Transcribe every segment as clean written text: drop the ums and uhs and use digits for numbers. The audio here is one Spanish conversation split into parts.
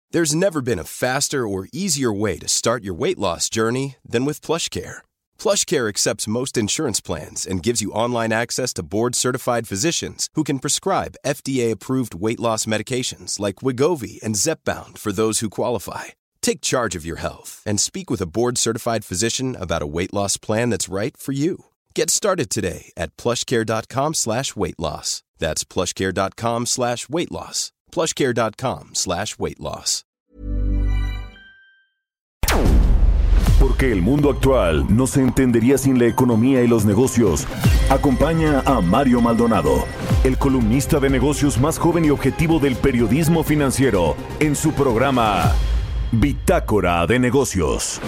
There's never been a faster or easier way to start your weight loss journey than with PlushCare. PlushCare accepts most insurance plans and gives you online access to board-certified physicians who can prescribe FDA-approved weight loss medications like Wegovy and Zepbound for those who qualify. Take charge of your health and speak with a board-certified physician about a weight loss plan that's right for you. Get started today at plushcare.com/weight loss. That's plushcare.com/weight loss. plushcare.com/weight loss. Porque el mundo actual no se entendería sin la economía y los negocios. Acompaña a Mario Maldonado, el columnista de negocios más joven y objetivo del periodismo financiero, en su programa Bitácora de Negocios.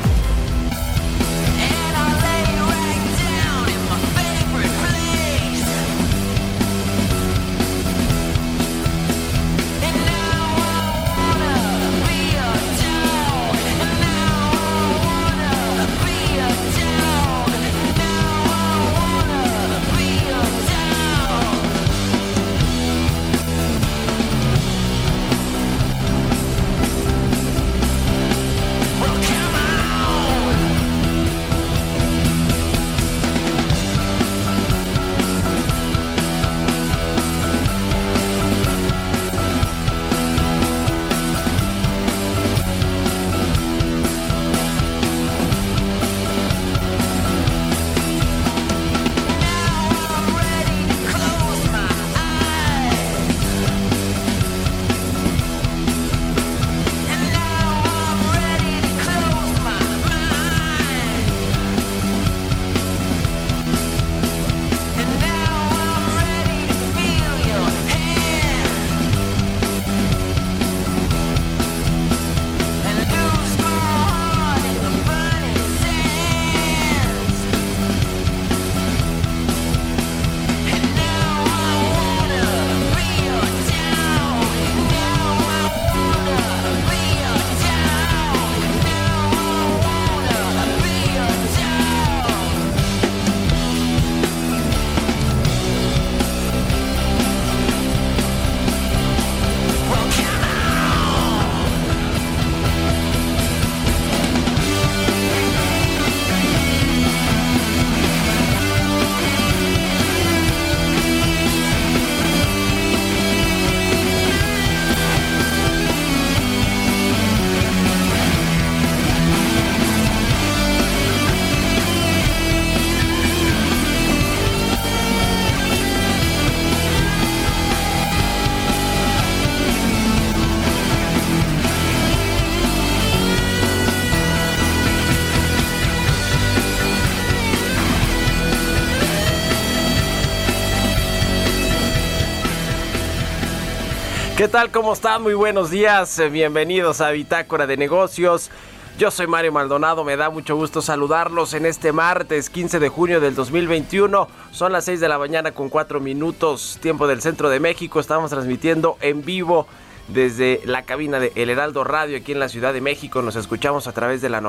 ¿Qué tal? ¿Cómo están? Muy buenos días. Bienvenidos a Bitácora de Negocios. Yo soy Mario Maldonado. Me da mucho gusto saludarlos en este martes 15 de junio del 2021. Son las 6 de la mañana con 4 minutos, tiempo del centro de México. Estamos transmitiendo en vivo desde la cabina de El Heraldo Radio aquí en la Ciudad de México. Nos escuchamos a través de la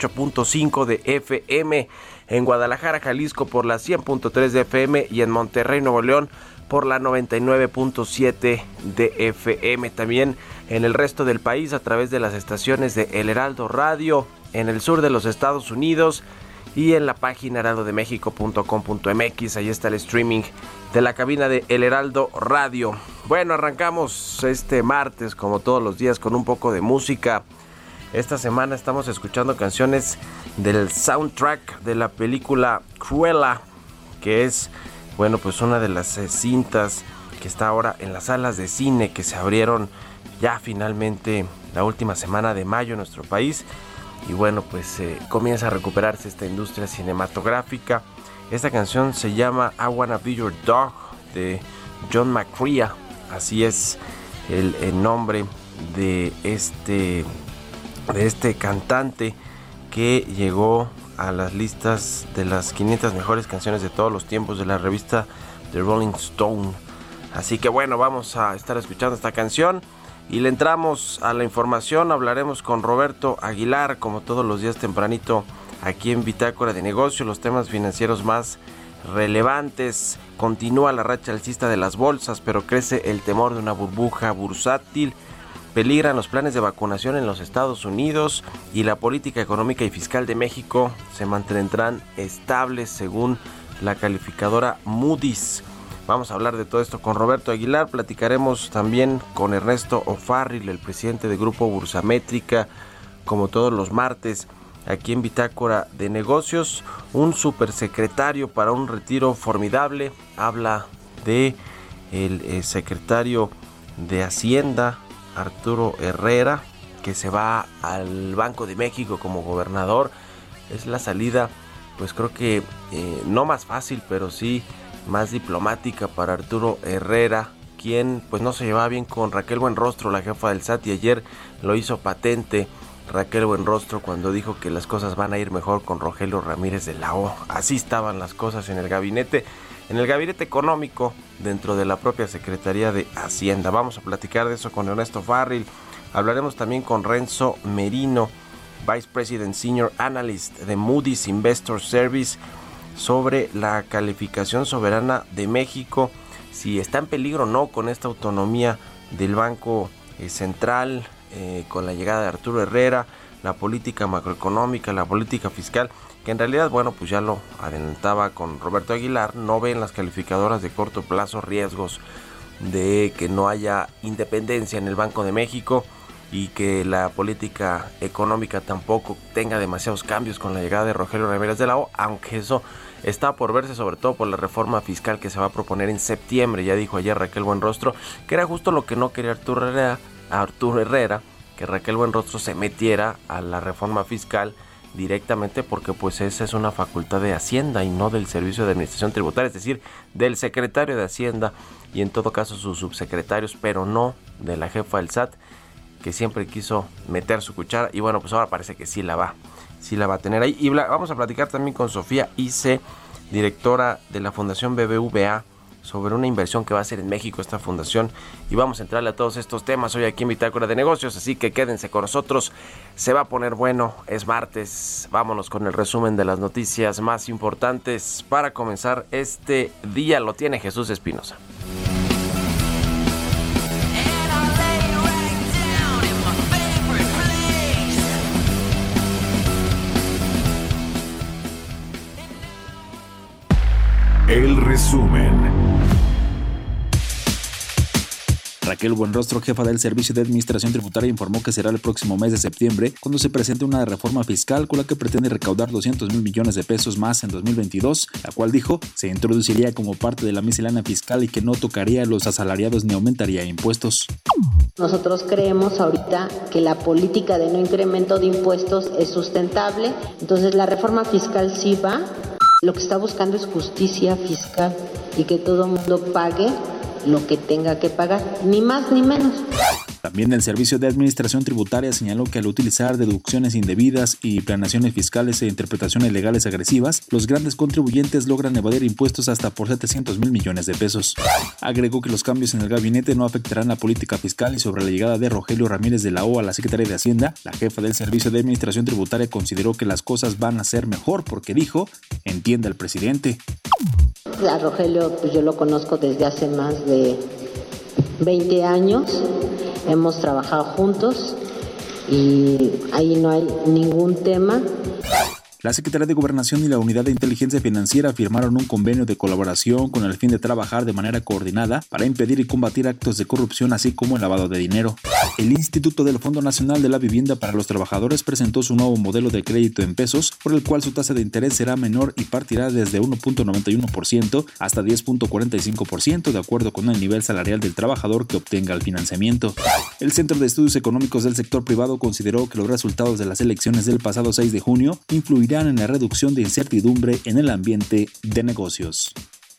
98.5 de FM, en Guadalajara, Jalisco por la 100.3 de FM y en Monterrey, Nuevo León por la 99.7 de FM. También en el resto del país a través de las estaciones de El Heraldo Radio, en el sur de los Estados Unidos y en la página heraldodemexico.com.mx. Ahí está el streaming de la cabina de El Heraldo Radio. Bueno, arrancamos este martes como todos los días con un poco de música. Esta semana estamos escuchando canciones del soundtrack de la película Cruella, que es, bueno, pues una de las cintas que está ahora en las salas de cine que se abrieron ya finalmente la última semana de mayo en nuestro país. Y bueno, pues comienza a recuperarse esta industria cinematográfica. Esta canción se llama I Wanna Be Your Dog, de John McCrea. Así es el nombre de este cantante que llegó a las listas de las 500 mejores canciones de todos los tiempos de la revista The Rolling Stone. Así que bueno, vamos a estar escuchando esta canción y le entramos a la información. Hablaremos con Roberto Aguilar, como todos los días tempranito, aquí en Bitácora de Negocios, los temas financieros más relevantes. Continúa la racha alcista de las bolsas, pero crece el temor de una burbuja bursátil. peligran los planes de vacunación en los Estados Unidos y la política económica y fiscal de México se mantendrán estables según la calificadora Moody's. Vamos a hablar de todo esto con Roberto Aguilar. Platicaremos también con Ernesto O'Farrill, el presidente del Grupo Bursamétrica, como todos los martes, aquí en Bitácora de Negocios. Un supersecretario para un retiro formidable. Habla de el secretario de Hacienda, Arturo Herrera, que se va al Banco de México como gobernador. Es la salida, pues creo que no más fácil, pero sí más diplomática para Arturo Herrera, quien pues no se llevaba bien con Raquel Buenrostro, la jefa del SAT, y ayer lo hizo patente Raquel Buenrostro cuando dijo que las cosas van a ir mejor con Rogelio Ramírez de la O. Así estaban las cosas en el gabinete económico dentro de la propia Secretaría de Hacienda. Vamos a platicar de eso con Ernesto O'Farrill. Hablaremos también con Renzo Merino, Vice President Senior Analyst de Moody's Investor Service, sobre la calificación soberana de México, si está en peligro o no con esta autonomía del Banco Central, con la llegada de Arturo Herrera, la política macroeconómica, la política fiscal, que en realidad, bueno, pues ya lo adelantaba con Roberto Aguilar, no ven las calificadoras de corto plazo riesgos de que no haya independencia en el Banco de México y que la política económica tampoco tenga demasiados cambios con la llegada de Rogelio Ramírez de la O, aunque eso está por verse, sobre todo por la reforma fiscal que se va a proponer en septiembre. Ya dijo ayer Raquel Buenrostro que era justo lo que no quería Arturo Herrera, que Raquel Buenrostro se metiera a la reforma fiscal directamente, porque pues esa es una facultad de Hacienda y no del Servicio de Administración Tributaria, es decir, del secretario de Hacienda y en todo caso sus subsecretarios, pero no de la jefa del SAT, que siempre quiso meter su cuchara, y bueno, pues ahora parece que sí la va a tener ahí. Y vamos a platicar también con Sofía Isse, directora de la Fundación BBVA, sobre una inversión que va a hacer en México esta fundación, y vamos a entrarle a todos estos temas hoy aquí en Bitácora de Negocios, así que quédense con nosotros, se va a poner bueno, es martes. Vámonos con el resumen de las noticias más importantes para comenzar este día. Lo tiene Jesús Espinosa. El resumen. Raquel Buenrostro, jefa del Servicio de Administración Tributaria, informó que será el próximo mes de septiembre cuando se presente una reforma fiscal con la que pretende recaudar 200,000 millones de pesos más en 2022, la cual dijo se introduciría como parte de la miscelánea fiscal y que no tocaría a los asalariados ni aumentaría impuestos. Nosotros creemos ahorita que la política de no incremento de impuestos es sustentable, entonces la reforma fiscal sí va. Lo que está buscando es justicia fiscal y que todo el mundo pague lo que tenga que pagar, ni más ni menos. También el Servicio de Administración Tributaria señaló que al utilizar deducciones indebidas y planeaciones fiscales e interpretaciones legales agresivas, los grandes contribuyentes logran evadir impuestos hasta por 700,000 millones de pesos. Agregó que los cambios en el gabinete no afectarán la política fiscal y sobre la llegada de Rogelio Ramírez de la O a la Secretaría de Hacienda, la jefa del Servicio de Administración Tributaria consideró que las cosas van a ser mejor porque dijo, entiende al presidente. A Rogelio, pues yo lo conozco desde hace más de 20 años. Hemos trabajado juntos y ahí no hay ningún tema. La Secretaría de Gobernación y la Unidad de Inteligencia Financiera firmaron un convenio de colaboración con el fin de trabajar de manera coordinada para impedir y combatir actos de corrupción así como el lavado de dinero. El Instituto del Fondo Nacional de la Vivienda para los Trabajadores presentó su nuevo modelo de crédito en pesos, por el cual su tasa de interés será menor y partirá desde 1.91% hasta 10.45%, de acuerdo con el nivel salarial del trabajador que obtenga el financiamiento. El Centro de Estudios Económicos del Sector Privado consideró que los resultados de las elecciones del pasado 6 de junio influirán en la reducción de incertidumbre en el ambiente de negocios.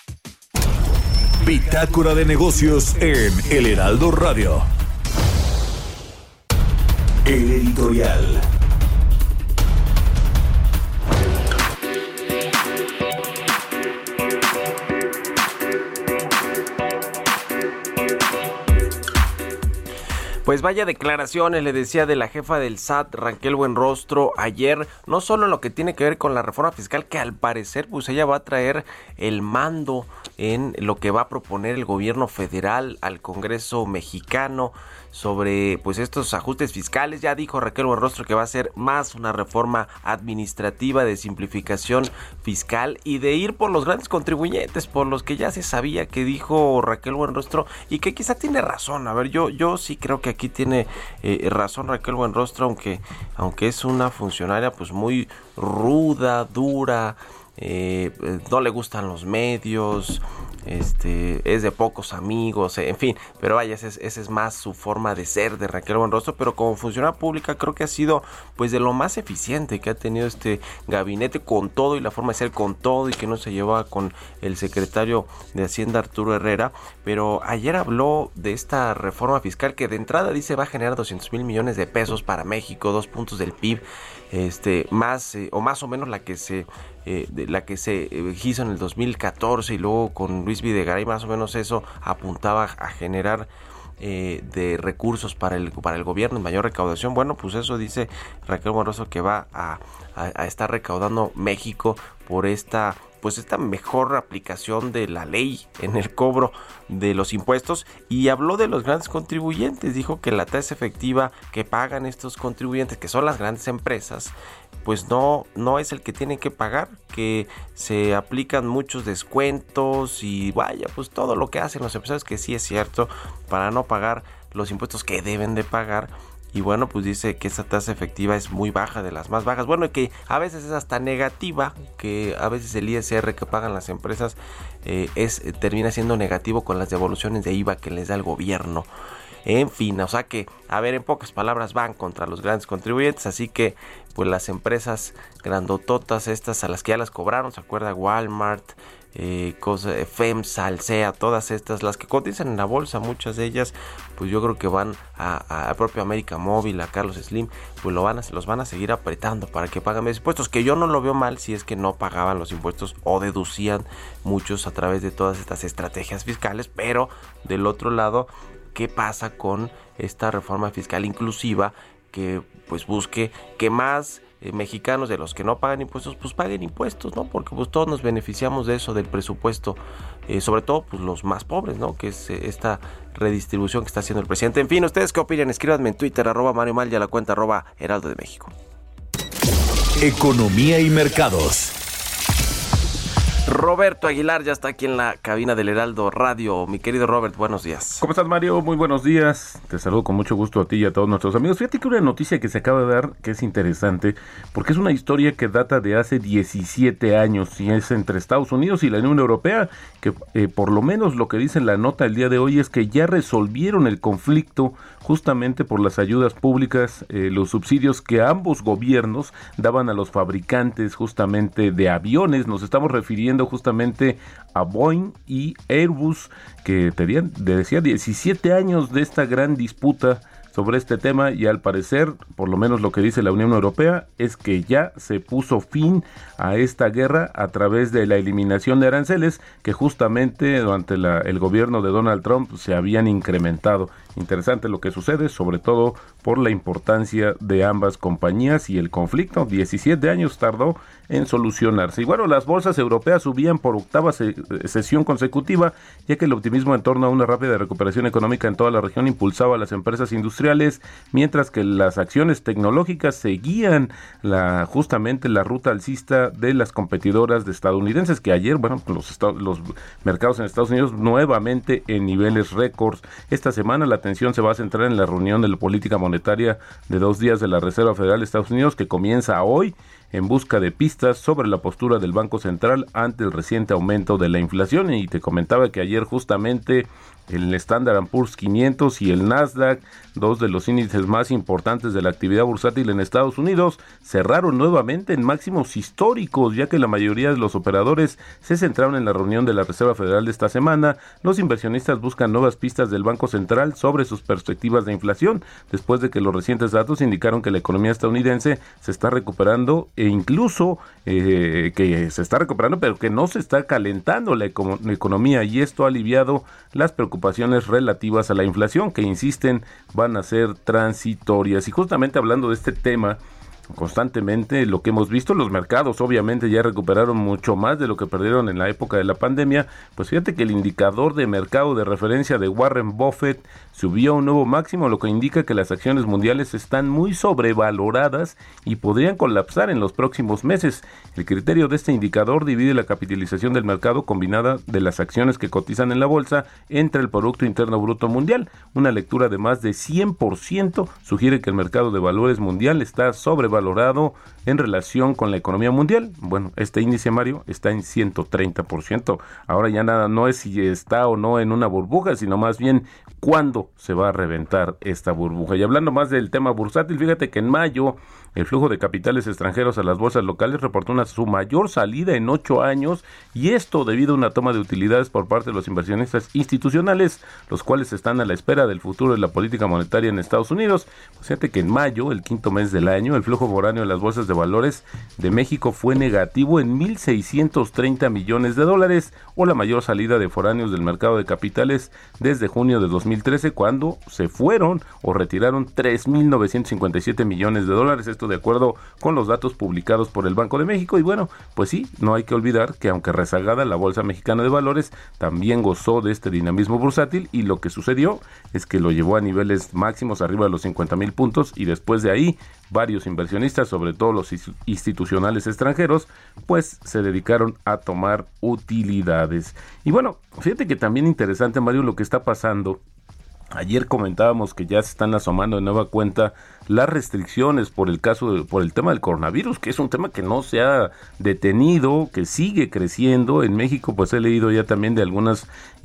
Bitácora de Negocios en El Heraldo Radio. El editorial. Pues vaya declaraciones, le decía, de la jefa del SAT, Raquel Buenrostro, ayer, no solo en lo que tiene que ver con la reforma fiscal, que al parecer pues ella va a traer el mando en lo que va a proponer el gobierno federal al Congreso mexicano, sobre pues estos ajustes fiscales. Ya dijo Raquel Buenrostro que va a ser más una reforma administrativa de simplificación fiscal y de ir por los grandes contribuyentes, por los que ya se sabía que dijo Raquel Buenrostro y que quizá tiene razón. A ver, yo sí creo que aquí tiene razón Raquel Buenrostro, aunque es una funcionaria pues muy ruda, dura, no le gustan los medios, es de pocos amigos, en fin, pero vaya, esa es más su forma de ser de Raquel Buenrostro, pero como funcionaria pública creo que ha sido pues de lo más eficiente que ha tenido este gabinete, con todo y la forma de ser con todo, y que no se llevaba con el secretario de Hacienda Arturo Herrera. Pero ayer habló de esta reforma fiscal que de entrada dice va a generar 200,000 millones de pesos para México, 2 puntos del PIB, más o menos la que se hizo en el 2014, y luego con Luis Videgaray más o menos eso apuntaba a generar de recursos para el gobierno, mayor recaudación. Bueno, pues eso dice Raquel Buenrostro que va a estar recaudando México por esta mejor aplicación de la ley en el cobro de los impuestos. Y habló de los grandes contribuyentes, dijo que la tasa efectiva que pagan estos contribuyentes, que son las grandes empresas, pues no es el que tienen que pagar, que se aplican muchos descuentos y vaya, pues todo lo que hacen los empresarios, que sí es cierto, para no pagar los impuestos que deben de pagar. Y bueno, pues dice que esa tasa efectiva es muy baja, de las más bajas. Bueno, y que a veces es hasta negativa, que a veces el ISR que pagan las empresas termina siendo negativo con las devoluciones de IVA que les da el gobierno. En fin, o sea que, a ver, en pocas palabras, van contra los grandes contribuyentes. Así que, pues las empresas grandototas estas a las que ya las cobraron, ¿se acuerda? Walmart, FEMSA, Alsea, todas estas, las que cotizan en la bolsa, muchas de ellas, pues yo creo que van a propio América Móvil, a Carlos Slim, pues los van a seguir apretando para que paguen los impuestos, que yo no lo veo mal si es que no pagaban los impuestos o deducían muchos a través de todas estas estrategias fiscales. Pero del otro lado, ¿qué pasa con esta reforma fiscal inclusiva que pues busque que más mexicanos de los que no pagan impuestos pues paguen impuestos, ¿no? Porque pues todos nos beneficiamos de eso, del presupuesto, sobre todo pues los más pobres, ¿no? Que es esta redistribución que está haciendo el presidente. En fin, ¿ustedes qué opinan? Escríbanme en Twitter, @MarioMal, y a la cuenta @Heraldo de México. Economía y mercados. Roberto Aguilar ya está aquí en la cabina del Heraldo Radio. Mi querido Robert, buenos días. ¿Cómo estás, Mario? Muy buenos días. Te saludo con mucho gusto a ti y a todos nuestros amigos. Fíjate que una noticia que se acaba de dar que es interesante, porque es una historia que data de hace 17 años y es entre Estados Unidos y la Unión Europea, que por lo menos lo que dice la nota el día de hoy es que ya resolvieron el conflicto justamente por las ayudas públicas, los subsidios que ambos gobiernos daban a los fabricantes justamente de aviones. Nos estamos refiriendo justamente a Boeing y Airbus, que decía 17 años de esta gran disputa sobre este tema, y al parecer, por lo menos lo que dice la Unión Europea, es que ya se puso fin a esta guerra a través de la eliminación de aranceles que justamente durante el gobierno de Donald Trump se habían incrementado. Interesante lo que sucede, sobre todo por la importancia de ambas compañías y el conflicto. 17 años tardó en solucionarse. Y bueno, las bolsas europeas subían por octava sesión consecutiva, ya que el optimismo en torno a una rápida recuperación económica en toda la región impulsaba a las empresas industriales, mientras que las acciones tecnológicas seguían justamente la ruta alcista de las competidoras estadounidenses, que ayer, bueno, los mercados en Estados Unidos nuevamente en niveles récords. Esta semana la atención se va a centrar en la reunión de la política monetaria de 2 días de la Reserva Federal de Estados Unidos, que comienza hoy, en busca de pistas sobre la postura del Banco Central ante el reciente aumento de la inflación. Y te comentaba que ayer justamente el Standard & Poor's 500 y el Nasdaq, 2 de los índices más importantes de la actividad bursátil en Estados Unidos, cerraron nuevamente en máximos históricos, ya que la mayoría de los operadores se centraron en la reunión de la Reserva Federal de esta semana. Los inversionistas buscan nuevas pistas del Banco Central sobre sus perspectivas de inflación, después de que los recientes datos indicaron que la economía estadounidense se está recuperando, e incluso que se está recuperando, pero que no se está calentando la economía, y esto ha aliviado las preocupaciones relativas a la inflación, que insisten van a ser transitorias. Y justamente hablando de este tema, constantemente. Lo que hemos visto, los mercados obviamente ya recuperaron mucho más de lo que perdieron en la época de la pandemia. Pues fíjate que el indicador de mercado de referencia de Warren Buffett subió a un nuevo máximo, lo que indica que las acciones mundiales están muy sobrevaloradas y podrían colapsar en los próximos meses. El criterio de este indicador divide la capitalización del mercado combinada de las acciones que cotizan en la bolsa entre el Producto Interno Bruto Mundial. Una lectura de más de 100% sugiere que el mercado de valores mundial está sobrevalorado en relación con la economía mundial. Bueno, este índice, Mario, está en 130%. Ahora ya nada, no es si está o no en una burbuja, sino más bien cuándo se va a reventar esta burbuja. Y hablando más del tema bursátil, fíjate que en mayo el flujo de capitales extranjeros a las bolsas locales reportó su mayor salida en 8 años, y esto debido a una toma de utilidades por parte de los inversionistas institucionales, los cuales están a la espera del futuro de la política monetaria en Estados Unidos. Pues fíjate que en mayo, el quinto mes del año, el flujo foráneo en las bolsas de valores de México fue negativo en 1.630 millones de dólares, o la mayor salida de foráneos del mercado de capitales desde junio de 2013, cuando se fueron o retiraron 3.957 millones de dólares. Esto de acuerdo con los datos publicados por el Banco de México. Y bueno, pues sí, no hay que olvidar que aunque rezagada, la Bolsa Mexicana de Valores también gozó de este dinamismo bursátil, y lo que sucedió es que lo llevó a niveles máximos arriba de los 50,000 puntos, y después de ahí varios inversionistas, sobre todo los institucionales extranjeros, pues se dedicaron a tomar utilidades. Y bueno, fíjate que también interesante, Mario, lo que está pasando. Ayer comentábamos que ya se están asomando de nueva cuenta las restricciones por el tema del coronavirus, que es un tema que no se ha detenido, que sigue creciendo. En México, pues he leído ya también de algunos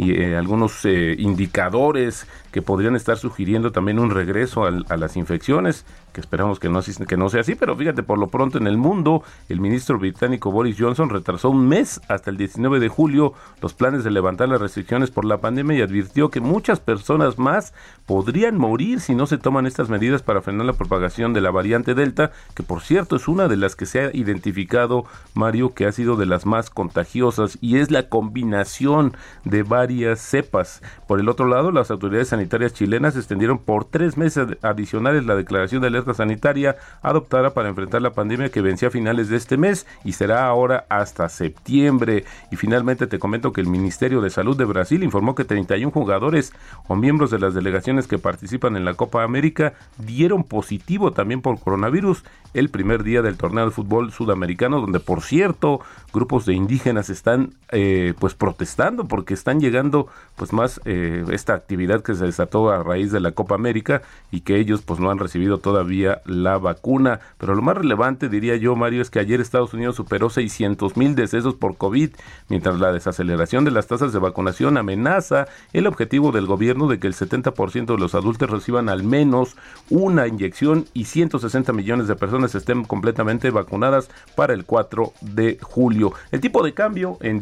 indicadores que podrían estar sugiriendo también un regreso a las infecciones, que esperamos que no sea así. Pero fíjate, por lo pronto en el mundo, el ministro británico Boris Johnson retrasó un mes, hasta el 19 de julio, los planes de levantar las restricciones por la pandemia, y advirtió que muchas personas más podrían morir si no se toman estas medidas para frenar la propagación de la variante Delta, que por cierto es una de las que se ha identificado, Mario, que ha sido de las más contagiosas, y es la combinación de varias cepas. Por el otro lado, las autoridades sanitarias chilenas extendieron por 3 meses adicionales la declaración de alerta sanitaria adoptada para enfrentar la pandemia, que vencía a finales de este mes y será ahora hasta septiembre. Y finalmente te comento que el Ministerio de Salud de Brasil informó que 31 jugadores o miembros de las delegaciones que participan en la Copa América dieron positivo también por coronavirus el primer día del torneo de fútbol sudamericano, donde por cierto grupos de indígenas están pues protestando porque están llegando pues más esta actividad que se desató a raíz de la Copa América, y que ellos pues no han recibido todavía la vacuna. Pero lo más relevante, diría yo, Mario, es que ayer Estados Unidos superó 600,000 decesos por COVID, mientras la desaceleración de las tasas de vacunación amenaza el objetivo del gobierno de que el 70% de los adultos reciban al menos una inyección y 160 millones de personas estén completamente vacunadas para el 4 de julio. El tipo de cambio en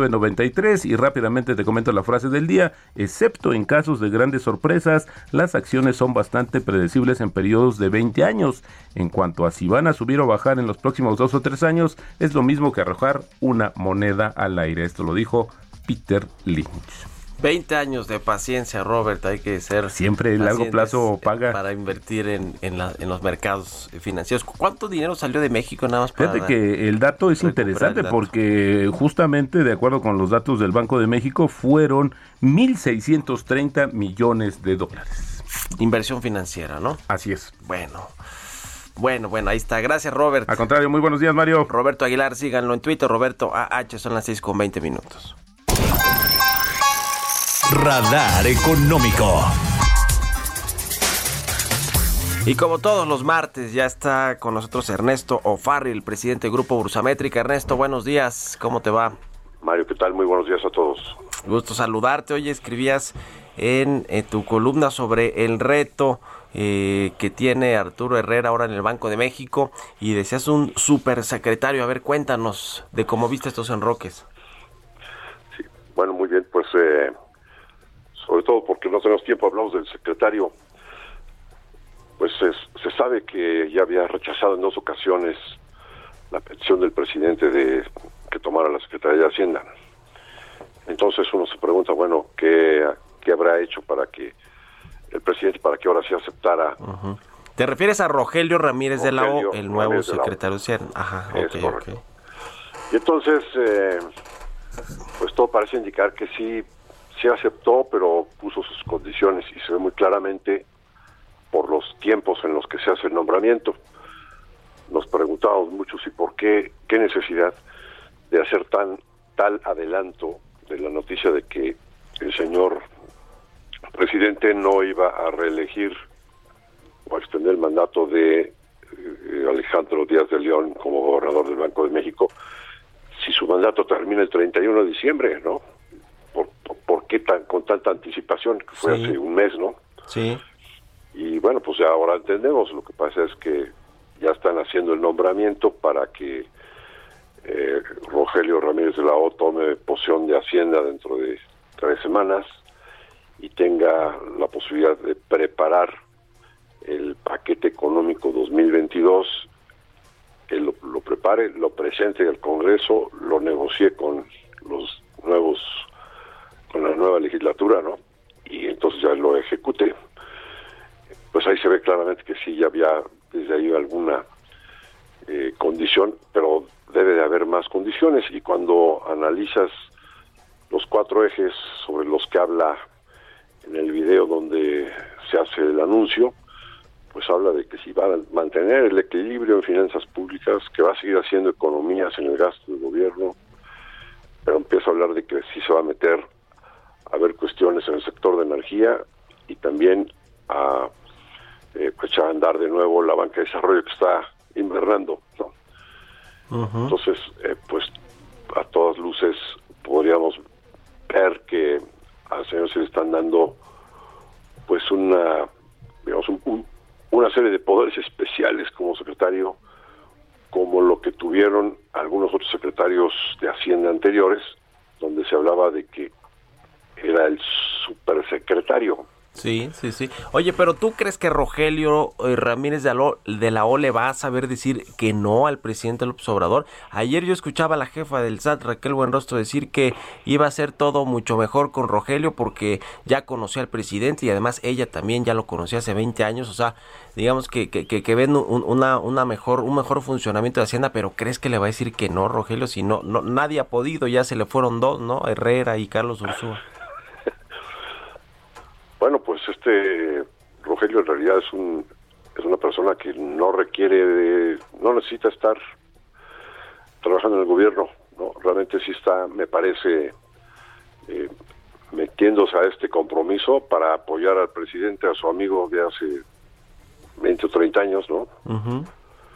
19.93, y rápidamente te comento la frase del día: excepto en casos de grandes sorpresas, las acciones son bastante predecibles en periodos de 20 años. En cuanto a si van a subir o bajar en los próximos 2 o 3 años, es lo mismo que arrojar una moneda al aire. Esto lo dijo Peter Lynch. 20 años de paciencia, Robert, hay que ser siempre el largo plazo paga para invertir en los mercados financieros. ¿Cuánto dinero salió de México nada más para? Fíjate que el dato es interesante porque justamente de acuerdo con los datos del Banco de México fueron 1.630 millones de dólares. Inversión financiera, ¿no? Así es. Bueno, ahí está. Gracias, Robert. Al contrario, muy buenos días, Mario. Roberto Aguilar, síganlo en Twitter, Roberto AH, son las 6:20. Radar Económico. Y como todos los martes, ya está con nosotros Ernesto O'Farrill, el presidente del Grupo Bursamétrica. Ernesto, buenos días, ¿cómo te va? Mario, ¿qué tal? Muy buenos días a todos. Gusto saludarte. Oye, escribías en tu columna sobre el reto que tiene Arturo Herrera ahora en el Banco de México, y decías un supersecretario. A ver, cuéntanos de cómo viste estos enroques. Sí, bueno, muy bien, pues sobre todo porque no tenemos tiempo, hablamos del secretario. Pues se sabe que ya había rechazado en 2 ocasiones la petición del presidente de que tomara la Secretaría de Hacienda. Entonces uno se pregunta, bueno, ¿qué habrá hecho para que el presidente, para que ahora sí aceptara ¿Te refieres a Rogelio Ramírez de la O, el nuevo secretario de Hacienda? Ajá, ok. Y entonces, pues todo parece indicar que sí aceptó, pero puso sus condiciones y se ve muy claramente por los tiempos en los que se hace el nombramiento. Nos preguntábamos mucho si por qué necesidad de hacer tal adelanto de la noticia de que el señor presidente no iba a reelegir o a extender el mandato de Alejandro Díaz de León como gobernador del Banco de México, si su mandato termina el 31 de diciembre, ¿no? ¿Por qué con tanta anticipación? Que fue hace un mes, ¿no? Sí. Y bueno, pues ya ahora entendemos. Lo que pasa es que ya están haciendo el nombramiento para que Rogelio Ramírez de la O tome posesión de Hacienda dentro de 3 semanas y tenga la posibilidad de preparar el paquete económico 2022, que lo prepare, lo presente al Congreso, lo negocie con la nueva legislatura, ¿no? Y entonces ya lo ejecute. Pues ahí se ve claramente que sí ya había desde ahí alguna condición, pero debe de haber más condiciones. Y cuando analizas los 4 ejes sobre los que habla en el video donde se hace el anuncio, pues habla de que si va a mantener el equilibrio en finanzas públicas, que va a seguir haciendo economías en el gasto del gobierno, pero empieza a hablar de que sí se va a meter a ver cuestiones en el sector de energía y también a echar a andar de nuevo la banca de desarrollo que está invernando, ¿no? Uh-huh. Entonces, pues a todas luces podríamos ver que al señor se le están dando pues una serie de poderes especiales como secretario, como lo que tuvieron algunos otros secretarios de Hacienda anteriores, donde se hablaba de que era el supersecretario. Sí. Oye, pero ¿tú crees que Rogelio Ramírez de la O le va a saber decir que no al presidente López Obrador? Ayer yo escuchaba a la jefa del SAT, Raquel Buenrostro, decir que iba a ser todo mucho mejor con Rogelio porque ya conocía al presidente y además ella también ya lo conocía hace 20 años. O sea, digamos que ven un mejor funcionamiento de Hacienda, pero ¿crees que le va a decir que no, Rogelio? Si no nadie ha podido, ya se le fueron 2, ¿no? Herrera y Carlos Ursúa. Bueno, pues Rogelio en realidad es una persona que no necesita estar trabajando en el gobierno, ¿no? Realmente sí está, me parece, metiéndose a este compromiso para apoyar al presidente, a su amigo de hace 20 o 30 años, ¿no? Uh-huh.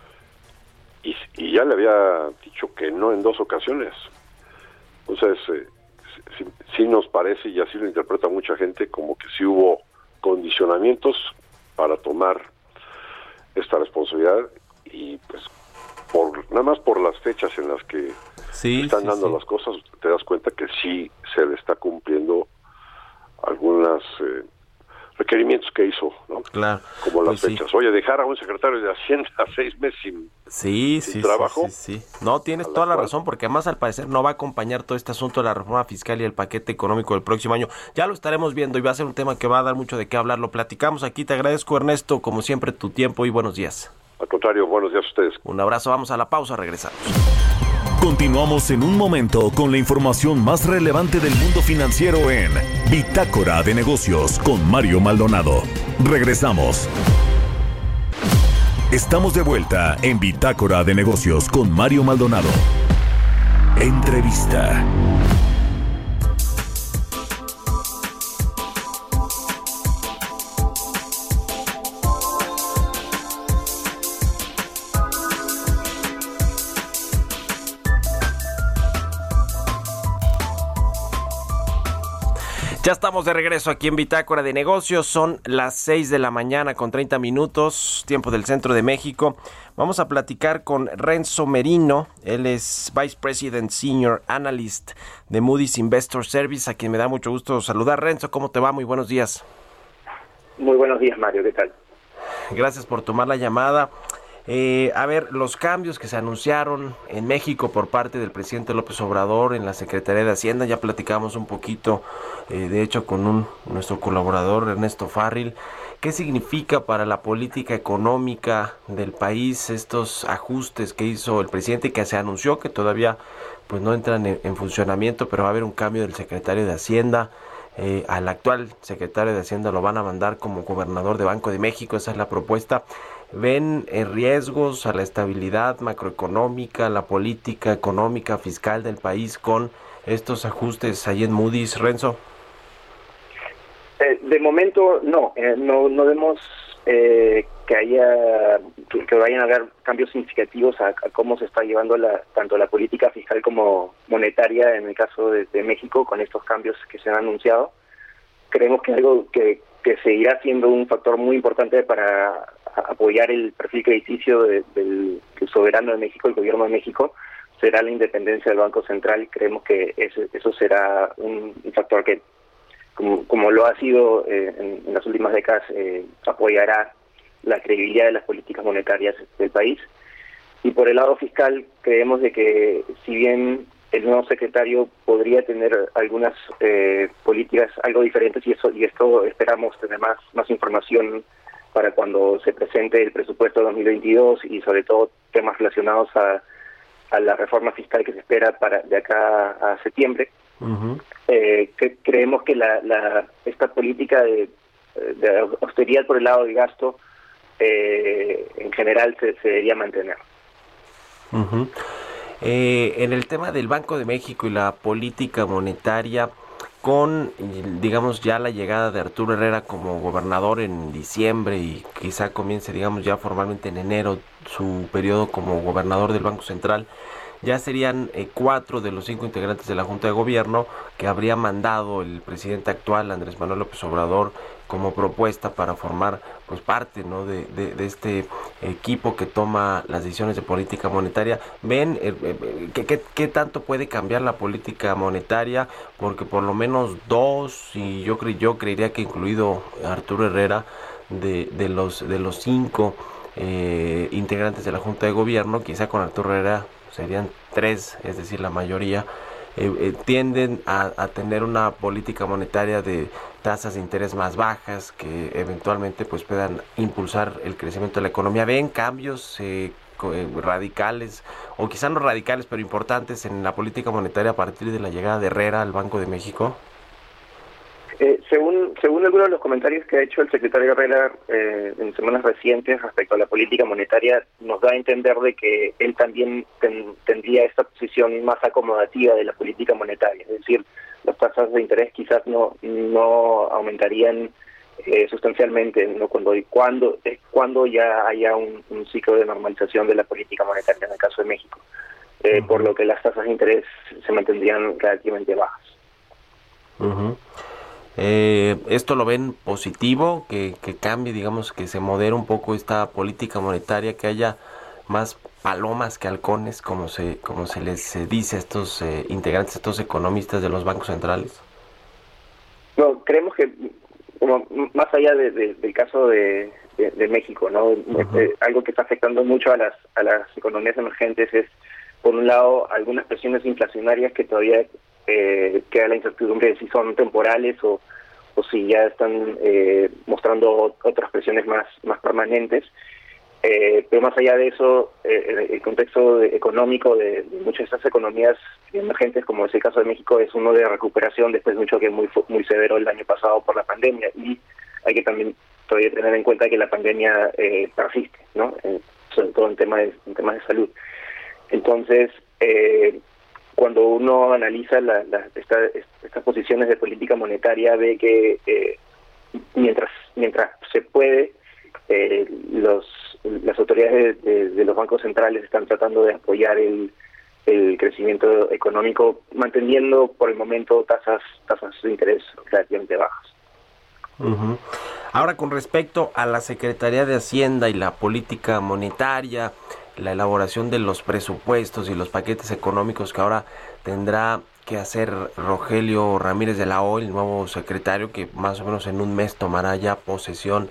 Y ya le había dicho que no en 2 ocasiones. Entonces, sí nos parece, y así lo interpreta mucha gente, como que sí hubo condicionamientos para tomar esta responsabilidad y pues nada más por las fechas en las que están dando las cosas, te das cuenta que sí se le está cumpliendo algunos requerimientos que hizo, ¿no? Claro. Como las fechas. Oye, dejar a un secretario de Hacienda 6 meses sin trabajo. Sí. No, tienes toda la razón, porque además al parecer no va a acompañar todo este asunto de la reforma fiscal y el paquete económico del próximo año. Ya lo estaremos viendo y va a ser un tema que va a dar mucho de qué hablar. Lo platicamos aquí. Te agradezco, Ernesto, como siempre, tu tiempo y buenos días. Al contrario, buenos días a ustedes. Un abrazo, vamos a la pausa, regresamos. Continuamos en un momento con la información más relevante del mundo financiero en Bitácora de Negocios con Mario Maldonado. Regresamos. Estamos de vuelta en Bitácora de Negocios con Mario Maldonado. Entrevista. Ya estamos de regreso aquí en Bitácora de Negocios. Son las 6 de la mañana con 30 minutos, tiempo del centro de México. Vamos a platicar con Renzo Merino. Él es Vice President Senior Analyst de Moody's Investor Service, a quien me da mucho gusto saludar. Renzo, ¿cómo te va? Muy buenos días. Muy buenos días, Mario. ¿Qué tal? Gracias por tomar la llamada. A ver, los cambios que se anunciaron en México por parte del presidente López Obrador en la Secretaría de Hacienda, ya platicamos un poquito, de hecho, con nuestro colaborador Ernesto Farril. ¿Qué significa para la política económica del país estos ajustes que hizo el presidente y que se anunció que todavía pues no entran en funcionamiento, pero va a haber un cambio del secretario de Hacienda? Al actual secretario de Hacienda lo van a mandar como gobernador de Banco de México, esa es la propuesta. ¿Ven riesgos a la estabilidad macroeconómica, la política económica, fiscal del país con estos ajustes ahí en Moody's, Renzo? De momento no vemos que vayan a haber cambios significativos a cómo se está llevando tanto la política fiscal como monetaria en el caso de México con estos cambios que se han anunciado. Creemos que algo que seguirá siendo un factor muy importante para apoyar el perfil crediticio del soberano de México, el gobierno de México, será la independencia del Banco Central. Creemos que eso será un factor que, como lo ha sido en las últimas décadas, apoyará la credibilidad de las políticas monetarias del país. Y por el lado fiscal, creemos de que si bien el nuevo secretario podría tener algunas políticas algo diferentes, y esto esperamos tener más información para cuando se presente el presupuesto 2022 y sobre todo temas relacionados a la reforma fiscal que se espera de acá a septiembre. Uh-huh. Creemos que esta política de austeridad por el lado del gasto en general se debería mantener. Uh-huh. En el tema del Banco de México y la política monetaria, con, digamos, ya la llegada de Arturo Herrera como gobernador en diciembre y quizá comience, digamos, ya formalmente en enero su periodo como gobernador del Banco Central, ya serían 4 de los 5 integrantes de la Junta de Gobierno que habría mandado el presidente actual, Andrés Manuel López Obrador, como propuesta para formar pues parte, ¿no?, de este equipo que toma las decisiones de política monetaria. ¿Ven qué tanto puede cambiar la política monetaria? Porque por lo menos 2, y yo creería que incluido Arturo Herrera, de los 5 integrantes de la Junta de Gobierno, quizá con Arturo Herrera serían 3, es decir, la mayoría, tienden a tener una política monetaria de tasas de interés más bajas que eventualmente pues puedan impulsar el crecimiento de la economía. ¿Ven cambios radicales, o quizá no radicales, pero importantes en la política monetaria a partir de la llegada de Herrera al Banco de México? Según algunos de los comentarios que ha hecho el secretario Herrera en semanas recientes respecto a la política monetaria, nos da a entender de que él también tendría esta posición más acomodativa de la política monetaria, es decir, las tasas de interés quizás no aumentarían sustancialmente, ¿no? cuando ya haya un ciclo de normalización de la política monetaria en el caso de México, uh-huh. Por lo que las tasas de interés se mantendrían relativamente bajas. Uh-huh. ¿Esto lo ven positivo? Que cambie, digamos, que se modere un poco esta política monetaria, que haya más palomas que halcones, como se les dice a estos integrantes, a estos economistas de los bancos centrales? No, creemos que más allá del caso de México, ¿no? Uh-huh. Algo que está afectando mucho a las economías emergentes es, por un lado, algunas presiones inflacionarias que todavía queda la incertidumbre de si son temporales o si ya están mostrando otras presiones más permanentes. Pero más allá de eso, el contexto económico de muchas de estas economías emergentes, como es el caso de México, es uno de recuperación después de un choque muy severo el año pasado por la pandemia, y hay que también todavía tener en cuenta que la pandemia persiste, ¿no? Sobre todo en temas de salud. Entonces, cuando uno analiza estas posiciones de política monetaria, ve que mientras se puede, las autoridades de los bancos centrales están tratando de apoyar el crecimiento económico, manteniendo por el momento tasas de interés relativamente bajas. Uh-huh. Ahora, con respecto a la Secretaría de Hacienda y la política monetaria, la elaboración de los presupuestos y los paquetes económicos que ahora tendrá que hacer Rogelio Ramírez de la O, el nuevo secretario, que más o menos en un mes tomará ya posesión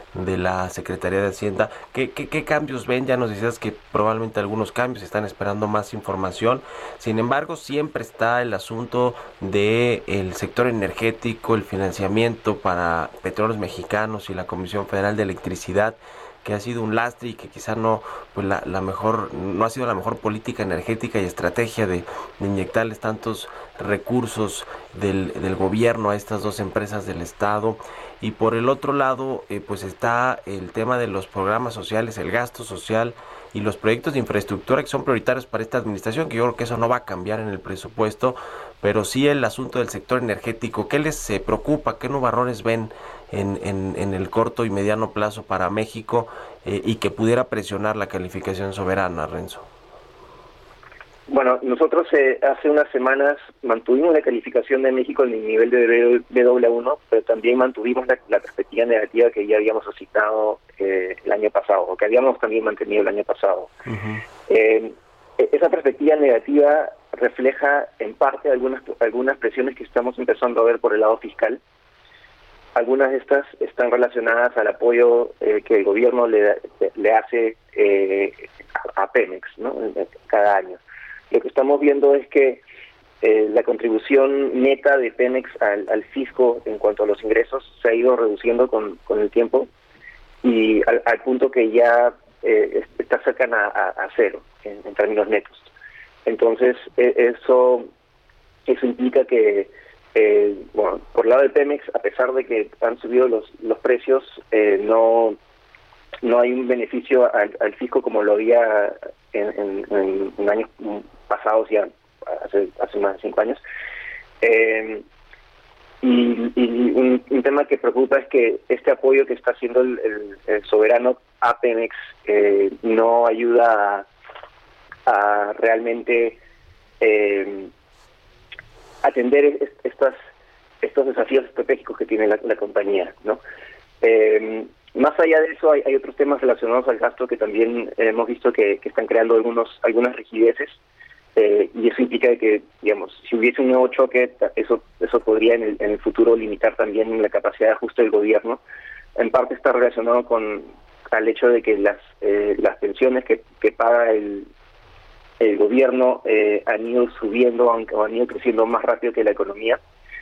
de la Secretaría de Hacienda. ¿Qué cambios ven? Ya nos decías que probablemente algunos cambios, están esperando más información. Sin embargo, siempre está el asunto de el sector energético, el financiamiento para Petróleos Mexicanos y la Comisión Federal de Electricidad, que ha sido un lastre y que quizá no ha sido la mejor política energética y estrategia de inyectarles tantos recursos del gobierno a estas dos empresas del Estado. Y por el otro lado, pues está el tema de los programas sociales, el gasto social y los proyectos de infraestructura que son prioritarios para esta administración, que yo creo que eso no va a cambiar en el presupuesto, pero sí el asunto del sector energético. ¿Qué les preocupa? ¿Qué nubarrones ven en el corto y mediano plazo para México y que pudiera presionar la calificación soberana, Renzo? Bueno, nosotros hace unas semanas mantuvimos la calificación de México en el nivel de Baa1, pero también mantuvimos la perspectiva negativa que ya habíamos asignado el año pasado, o que habíamos también mantenido el año pasado. Uh-huh. Esa perspectiva negativa refleja en parte algunas presiones que estamos empezando a ver por el lado fiscal. Algunas de estas están relacionadas al apoyo que el gobierno le hace a Pemex, ¿no? Cada año. Lo que estamos viendo es que la contribución neta de Pemex al fisco en cuanto a los ingresos se ha ido reduciendo con el tiempo y al punto que ya está cercana a cero en términos netos. Entonces, eso implica que, por el lado de Pemex, a pesar de que han subido los precios, no hay un beneficio al fisco como lo había en años pasados, ya hace más de 5 años. Y un tema que preocupa es que este apoyo que está haciendo el soberano a Pemex no ayuda a realmente atender estos desafíos estratégicos que tiene la compañía, ¿no? Más allá de eso, hay otros temas relacionados al gasto que también hemos visto que están creando algunas rigideces, y eso implica que, digamos, si hubiese un nuevo choque, eso podría en el futuro limitar también la capacidad de ajuste del gobierno. En parte está relacionado al hecho de que las pensiones que paga el gobierno han ido subiendo o han ido creciendo más rápido que la economía.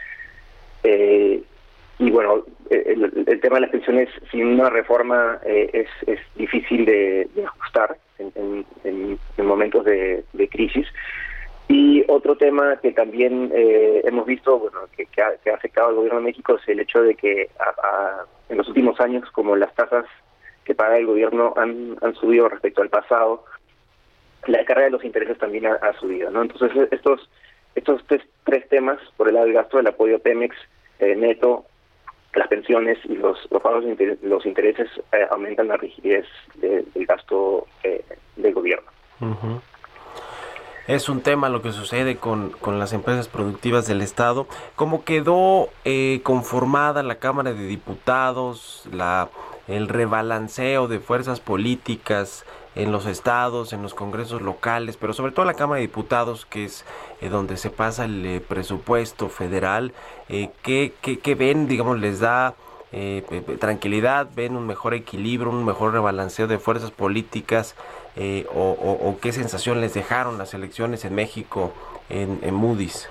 Y bueno, el tema de las pensiones sin una reforma es difícil de ajustar en momentos de crisis. Y otro tema que también hemos visto, bueno, que ha afectado al gobierno de México es el hecho de que en los últimos años, como las tasas que paga el gobierno han subido respecto al pasado, la carga de los intereses también ha subido, ¿no? Entonces estos tres temas, por el lado del gasto, el apoyo a Pemex neto, las pensiones y los pagos de los intereses aumentan la rigidez del gasto del gobierno. Uh-huh. Es un tema lo que sucede con las empresas productivas del Estado. ¿Cómo quedó conformada la Cámara de Diputados, el rebalanceo de fuerzas políticas en los estados, en los congresos locales, pero sobre todo la Cámara de Diputados, que es donde se pasa el presupuesto federal? ¿Qué ven? Digamos, ¿les da tranquilidad? ¿Ven un mejor equilibrio, un mejor rebalanceo de fuerzas políticas? ¿O qué sensación les dejaron las elecciones en México en Moody's?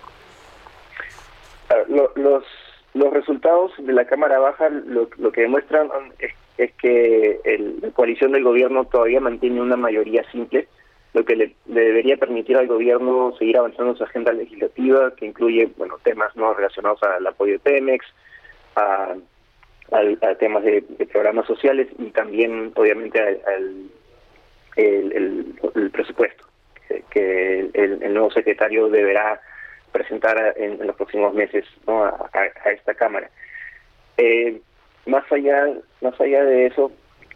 Los resultados de la Cámara Baja lo que demuestran es que la coalición del gobierno todavía mantiene una mayoría simple, lo que le debería permitir al gobierno seguir avanzando en su agenda legislativa, que incluye, bueno, temas no relacionados al apoyo de Pemex, a temas de programas sociales y también, obviamente, al presupuesto que el nuevo secretario deberá presentar en los próximos meses, ¿no? a esta Cámara. Más allá de eso,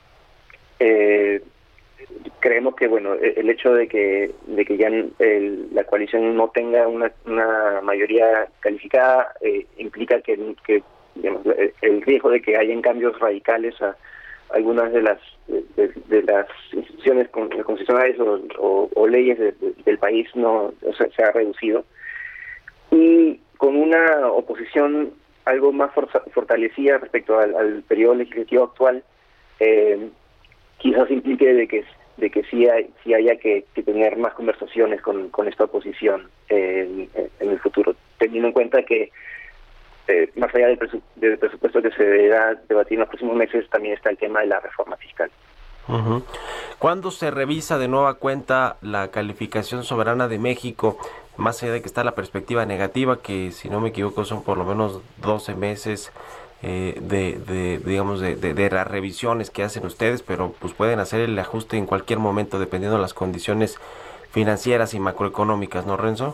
creemos que, bueno, el hecho de que ya la coalición no tenga una mayoría calificada implica que digamos, el riesgo de que hayan cambios radicales a algunas de las instituciones constitucionales o leyes del país se ha reducido, y con una oposición algo más fortalecida respecto al periodo legislativo actual, quizás implique de que sí haya que tener más conversaciones con esta oposición en el futuro, teniendo en cuenta que más allá del presupuesto que se deberá debatir en los próximos meses, también está el tema de la reforma fiscal. Uh-huh. ¿Cuándo se revisa de nueva cuenta la calificación soberana de México? Más allá de que está la perspectiva negativa, que si no me equivoco son por lo menos 12 meses de las revisiones que hacen ustedes, pero pues pueden hacer el ajuste en cualquier momento dependiendo de las condiciones financieras y macroeconómicas, ¿no, Renzo?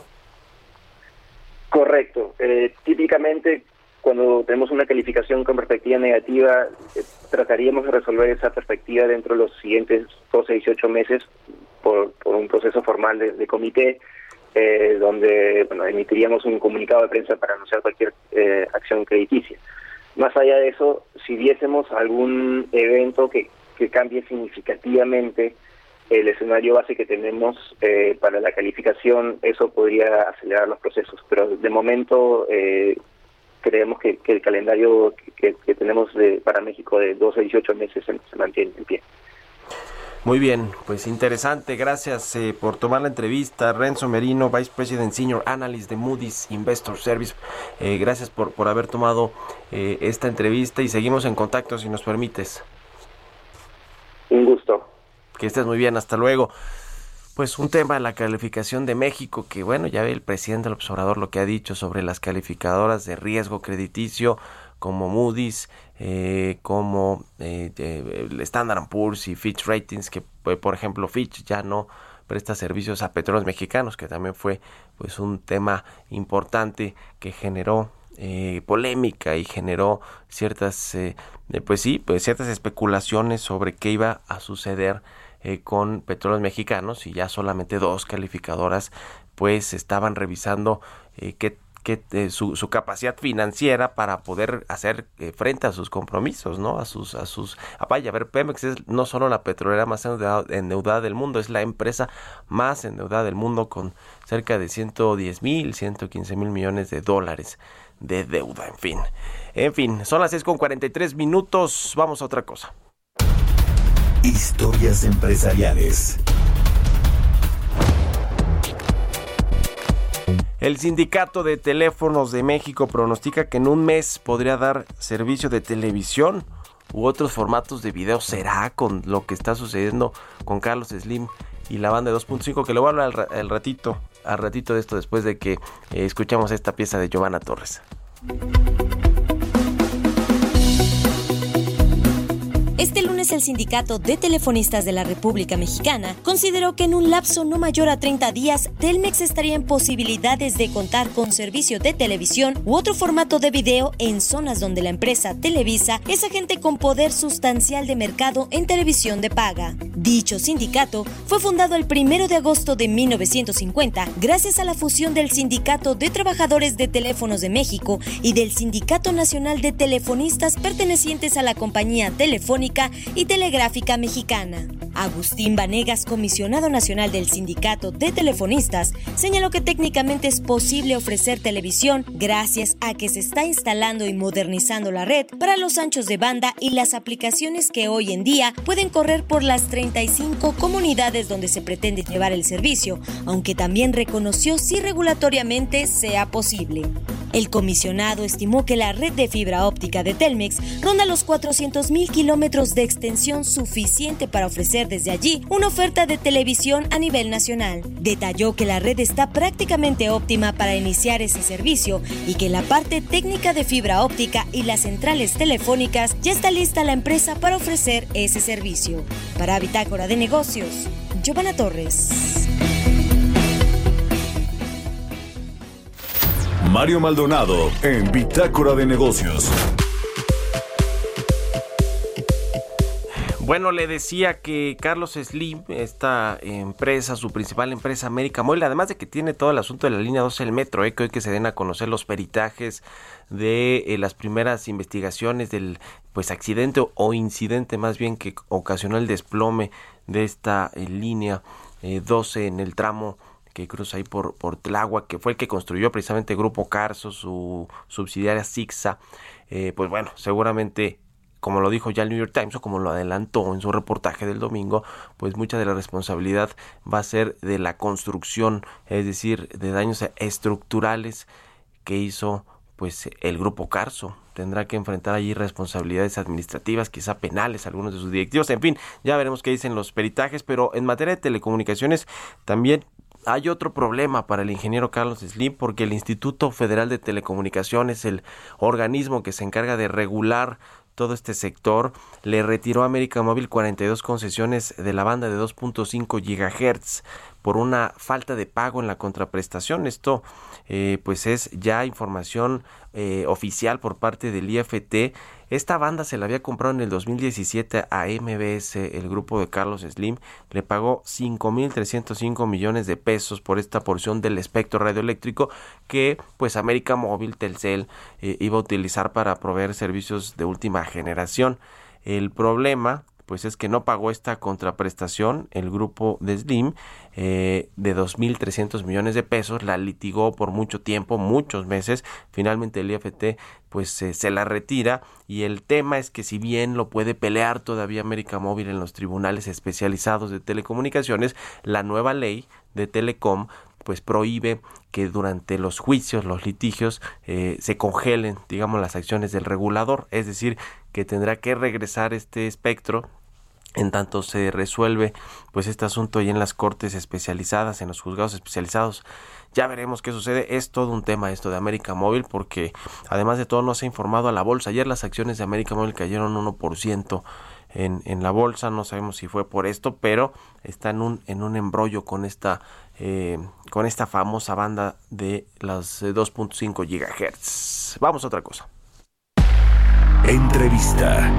Correcto. Típicamente, cuando tenemos una calificación con perspectiva negativa, trataríamos de resolver esa perspectiva dentro de los siguientes 12 a 18 meses por un proceso formal de comité, donde emitiríamos un comunicado de prensa para anunciar cualquier acción crediticia. Más allá de eso, si viésemos algún evento que cambie significativamente el escenario base que tenemos para la calificación, eso podría acelerar los procesos, pero de momento creemos que el calendario que tenemos para México de 12 a 18 meses se mantiene en pie. Muy bien, pues interesante, gracias por tomar la entrevista. Renzo Merino, Vice President Senior Analyst de Moody's Investor Service, gracias por haber tomado esta entrevista y seguimos en contacto si nos permites. Un gusto. Que estés muy bien, hasta luego. Pues un tema de la calificación de México, que bueno, ya ve el presidente López Obrador lo que ha dicho sobre las calificadoras de riesgo crediticio como Moody's, como el Standard & Poor's y Fitch Ratings, que por ejemplo Fitch ya no presta servicios a Petróleos Mexicanos, que también fue pues un tema importante que generó polémica y generó ciertas ciertas especulaciones sobre qué iba a suceder con Petróleos Mexicanos, y ya solamente 2 calificadoras pues estaban revisando su capacidad financiera para poder hacer frente a sus compromisos, ¿no? Vaya, a ver, Pemex es no solo la petrolera más endeudada del mundo, es la empresa más endeudada del mundo con cerca de 110,000, 115,000 millones de dólares de deuda, en fin, son las 6:43, vamos a otra cosa. Historias empresariales. El Sindicato de Teléfonos de México pronostica que en un mes podría dar servicio de televisión u otros formatos de video. ¿Será con lo que está sucediendo con Carlos Slim y la banda de 2.5? Que le voy a hablar al ratito de esto después de que escuchamos esta pieza de Giovanna Torres. Este lunes el Sindicato de Telefonistas de la República Mexicana consideró que en un lapso no mayor a 30 días, Telmex estaría en posibilidades de contar con servicio de televisión u otro formato de video en zonas donde la empresa Televisa es agente con poder sustancial de mercado en televisión de paga. Dicho sindicato fue fundado el 1 de agosto de 1950 gracias a la fusión del Sindicato de Trabajadores de Teléfonos de México y del Sindicato Nacional de Telefonistas pertenecientes a la compañía telefónica y telegráfica mexicana. Agustín Vanegas, comisionado nacional del Sindicato de Telefonistas, señaló que técnicamente es posible ofrecer televisión gracias a que se está instalando y modernizando la red para los anchos de banda y las aplicaciones que hoy en día pueden correr por las 35 comunidades donde se pretende llevar el servicio, aunque también reconoció si regulatoriamente sea posible. El comisionado estimó que la red de fibra óptica de Telmex ronda los 400,000 kilómetros de extensión, suficiente para ofrecer desde allí una oferta de televisión a nivel nacional. Detalló que la red está prácticamente óptima para iniciar ese servicio y que la parte técnica de fibra óptica y las centrales telefónicas ya está lista la empresa para ofrecer ese servicio. Para Bitácora de Negocios, Giovanna Torres. Mario Maldonado en Bitácora de Negocios. Bueno, le decía que Carlos Slim, esta empresa, su principal empresa, América Móvil, además de que tiene todo el asunto de la línea 12 del metro, que hoy que se den a conocer los peritajes de las primeras investigaciones del accidente o incidente más bien que ocasionó el desplome de esta línea 12 en el tramo que cruza ahí por Tláhuac, que fue el que construyó precisamente Grupo Carso, su subsidiaria Sixa. Pues bueno, seguramente, como lo dijo ya el New York Times o como lo adelantó en su reportaje del domingo, pues mucha de la responsabilidad va a ser de la construcción, es decir, de daños estructurales que hizo pues el Grupo Carso. Tendrá que enfrentar allí responsabilidades administrativas, quizá penales, algunos de sus directivos. En fin, ya veremos qué dicen los peritajes, pero en materia de telecomunicaciones también hay otro problema para el ingeniero Carlos Slim, porque el Instituto Federal de Telecomunicaciones, el organismo que se encarga de regular todo este sector, le retiró a América Móvil 42 concesiones de la banda de 2.5 GHz por una falta de pago en la contraprestación. Esto pues es ya información oficial por parte del IFT. Esta banda se la había comprado en el 2017 a MBS, el grupo de Carlos Slim. Le pagó 5.305 millones de pesos por esta porción del espectro radioeléctrico que pues América Móvil, Telcel, iba a utilizar para proveer servicios de última generación. El problema pues es que no pagó esta contraprestación el grupo de Slim de 2.300 millones de pesos, la litigó por mucho tiempo, muchos meses. Finalmente el IFT pues se la retira, y el tema es que si bien lo puede pelear todavía América Móvil en los tribunales especializados de telecomunicaciones, la nueva ley de Telecom pues prohíbe que durante los juicios, los litigios, se congelen, digamos, las acciones del regulador, es decir, que tendrá que regresar este espectro en tanto se resuelve pues este asunto ahí en las cortes especializadas, en los juzgados especializados. Ya veremos qué sucede. Es todo un tema esto de América Móvil, porque además de todo no se ha informado a la bolsa. Ayer las acciones de América Móvil cayeron 1% en la bolsa. No sabemos si fue por esto, pero está en un embrollo con esta famosa banda de las 2.5 GHz. Vamos a otra cosa. Entrevista.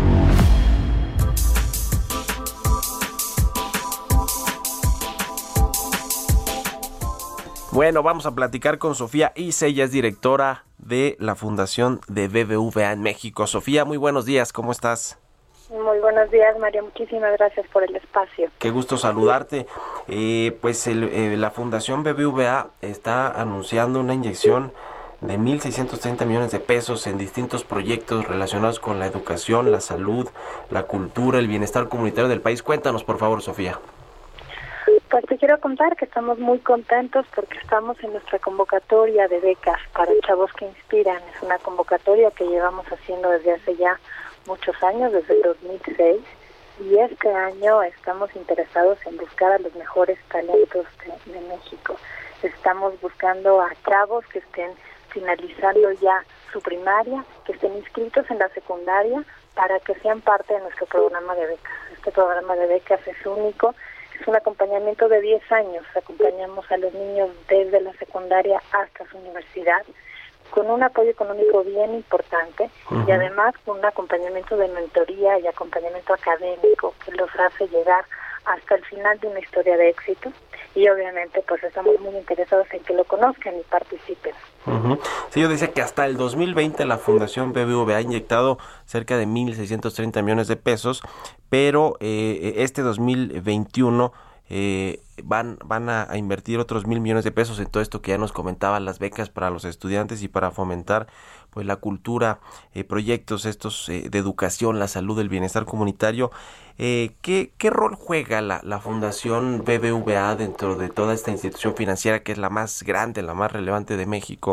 Bueno, vamos a platicar con Sofía Isse. Ella es directora de la Fundación de BBVA en México. Sofía, muy buenos días, ¿cómo estás? Muy buenos días, Mario. Muchísimas gracias por el espacio. Qué gusto saludarte. La Fundación BBVA está anunciando una inyección de 1.630 millones de pesos en distintos proyectos relacionados con la educación, la salud, la cultura, el bienestar comunitario del país. Cuéntanos, por favor, Sofía. Pues te quiero contar que estamos muy contentos porque estamos en nuestra convocatoria de becas para chavos que inspiran. Es una convocatoria que llevamos haciendo desde hace ya muchos años, desde el 2006, y este año estamos interesados en buscar a los mejores talentos de México. Estamos buscando a chavos que estén finalizando ya su primaria, que estén inscritos en la secundaria, para que sean parte de nuestro programa de becas. Este programa de becas es único. Es un acompañamiento de 10 años. Acompañamos a los niños desde la secundaria hasta su universidad, con un apoyo económico bien importante, y además con un acompañamiento de mentoría y acompañamiento académico que los hace llegar hasta el final de una historia de éxito. Y obviamente pues estamos muy interesados en que lo conozcan y participen. Sí, yo decía que hasta el 2020 la Fundación BBVA ha inyectado cerca de 1.630 millones de pesos, pero este 2021 van a invertir otros 1.000 millones de pesos en todo esto que ya nos comentaban, las becas para los estudiantes y para fomentar pues la cultura, proyectos estos de educación, la salud, el bienestar comunitario. ¿Qué rol juega la Fundación BBVA dentro de toda esta institución financiera que es la más grande, la más relevante de México?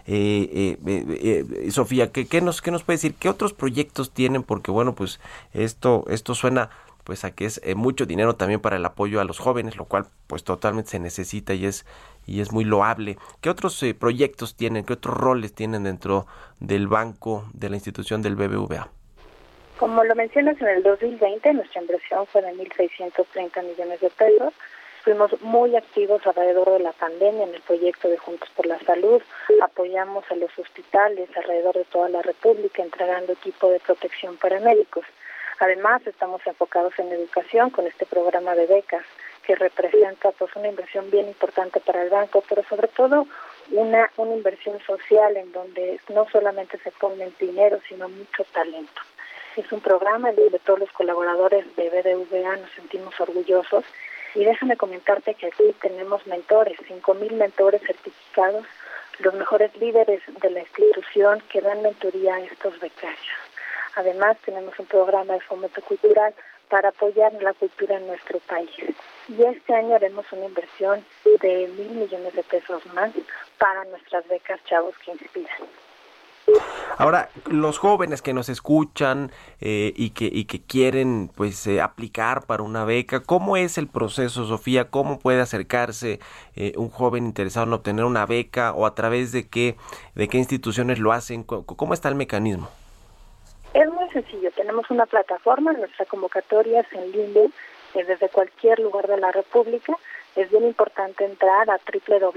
Sofía, ¿qué nos puede decir? ¿Qué otros proyectos tienen? Porque bueno, pues esto suena pues a que es mucho dinero también para el apoyo a los jóvenes, lo cual pues totalmente se necesita y es muy loable. ¿Qué otros proyectos tienen, qué otros roles tienen dentro del banco, de la institución del BBVA? Como lo mencionas, en el 2020 nuestra inversión fue de 1.630 millones de pesos. Fuimos muy activos alrededor de la pandemia en el proyecto de Juntos por la Salud. Apoyamos a los hospitales alrededor de toda la República, entregando equipo de protección para médicos. Además, estamos enfocados en educación con este programa de becas que representa pues una inversión bien importante para el banco, pero sobre todo una inversión social en donde no solamente se pone dinero, sino mucho talento. Es un programa en donde todos los colaboradores de BBVA nos sentimos orgullosos Y déjame comentarte que aquí tenemos mentores, 5,000 mentores certificados, los mejores líderes de la institución que dan mentoría a estos becarios. Además, tenemos un programa de fomento cultural para apoyar la cultura en nuestro país. Y este año haremos una inversión de 1,000 millones de pesos más para nuestras becas Chavos que Inspiran. Ahora, los jóvenes que nos escuchan y que quieren aplicar para una beca, ¿cómo es el proceso, Sofía? ¿Cómo puede acercarse un joven interesado en obtener una beca o a través de qué instituciones lo hacen? ¿Cómo está el mecanismo? Es muy sencillo, tenemos una plataforma, nuestra convocatoria es en línea desde cualquier lugar de la República. Es bien importante entrar a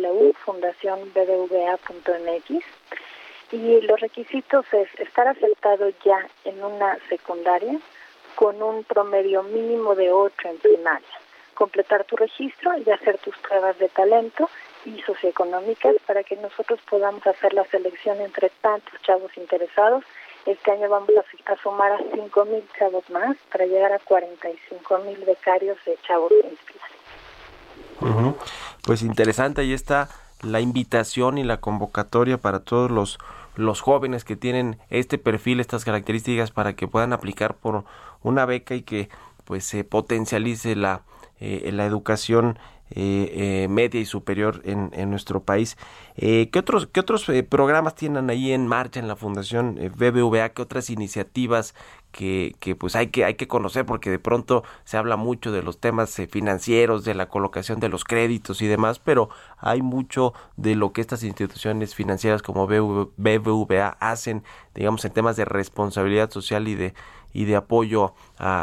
www.fundacionbbva.mx y los requisitos es estar aceptado ya en una secundaria con un promedio mínimo de 8 en primaria, completar tu registro y hacer tus pruebas de talento y socioeconómicas para que nosotros podamos hacer la selección entre tantos chavos interesados. Este año vamos a sumar a 5,000 chavos más para llegar a 45,000 becarios de Chavos que Inspiran. Uh-huh. Pues interesante, ahí está la invitación y la convocatoria para todos los jóvenes que tienen este perfil, estas características, para que puedan aplicar por una beca y que se potencialice la educación media y superior en nuestro país. ¿Qué otros programas tienen ahí en marcha en la Fundación BBVA? ¿Qué otras iniciativas que hay que conocer? Porque de pronto se habla mucho de los temas financieros, de la colocación de los créditos y demás, pero hay mucho de lo que estas instituciones financieras como BBVA hacen, digamos, en temas de responsabilidad social y de apoyo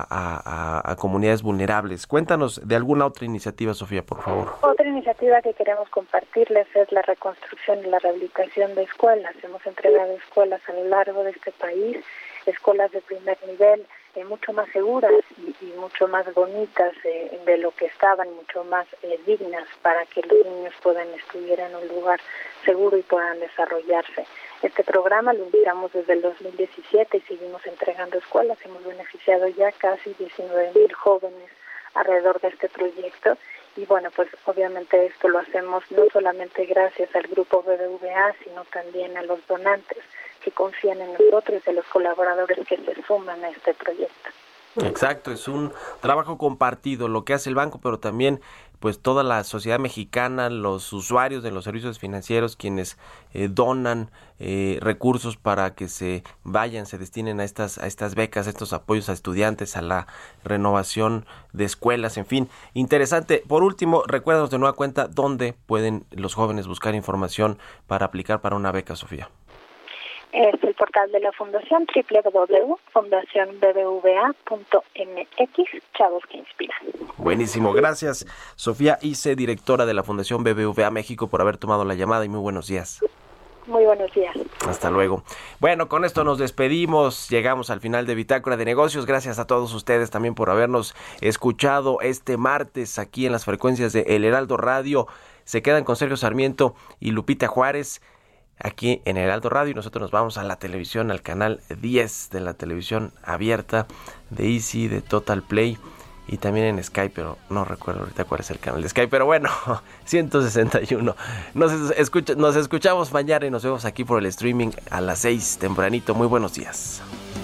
a comunidades vulnerables. Cuéntanos de alguna otra iniciativa, Sofía, por favor. Otra iniciativa que queremos compartirles es la reconstrucción y la rehabilitación de escuelas. Hemos entregado escuelas a lo largo de este país, escuelas de primer nivel, mucho más seguras y mucho más bonitas de lo que estaban, mucho más dignas para que los niños puedan estudiar en un lugar seguro y puedan desarrollarse. Este programa lo iniciamos desde el 2017 y seguimos entregando escuelas. Hemos beneficiado ya casi 19,000 jóvenes alrededor de este proyecto. Y bueno, pues obviamente esto lo hacemos no solamente gracias al grupo BBVA, sino también a los donantes que confían en nosotros y a los colaboradores que se suman a este proyecto. Exacto, es un trabajo compartido lo que hace el banco, pero también pues toda la sociedad mexicana, los usuarios de los servicios financieros, quienes donan recursos para que se destinen a estas becas, a estos apoyos a estudiantes, a la renovación de escuelas, en fin, interesante. Por último, recuérdanos de nueva cuenta dónde pueden los jóvenes buscar información para aplicar para una beca, Sofía. Es el portal de la Fundación, www.fundacionbbva.mx, Chavos que Inspiran. Buenísimo, gracias Sofía Isse, directora de la Fundación BBVA México, por haber tomado la llamada y muy buenos días. Muy buenos días. Hasta luego. Bueno, con esto nos despedimos, llegamos al final de Bitácora de Negocios. Gracias a todos ustedes también por habernos escuchado este martes aquí en las frecuencias de El Heraldo Radio. Se quedan con Sergio Sarmiento y Lupita Juárez aquí en El Heraldo Radio, y nosotros nos vamos a la televisión, al canal 10 de la televisión abierta de Easy, de Total Play y también en Sky, pero no recuerdo ahorita cuál es el canal de Sky, pero bueno, 161. Nos escuchamos mañana y nos vemos aquí por el streaming a las 6 tempranito. Muy buenos días.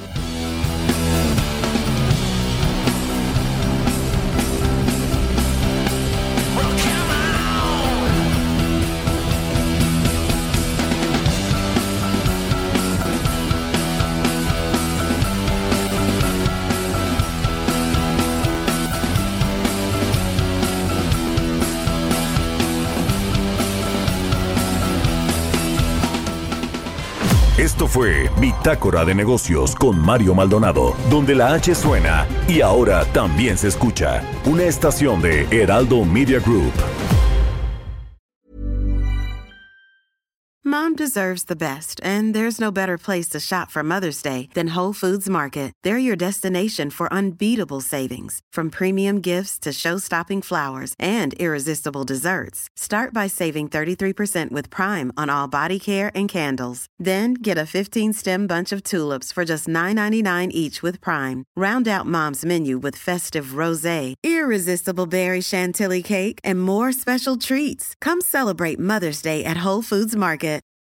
Esto fue Bitácora de Negocios con Mario Maldonado, donde la H suena y ahora también se escucha. Una estación de Heraldo Media Group. Mom Mom deserves the best, and there's no better place to shop for Mother's Day than Whole Foods Market. They're your destination for unbeatable savings, from premium gifts to show-stopping flowers and irresistible desserts. Start by saving 33% with Prime on all body care and candles. Then get a 15-stem bunch of tulips for just $9.99 each with Prime. Round out Mom's menu with festive rosé, irresistible berry chantilly cake, and more special treats. Come celebrate Mother's Day at Whole Foods Market.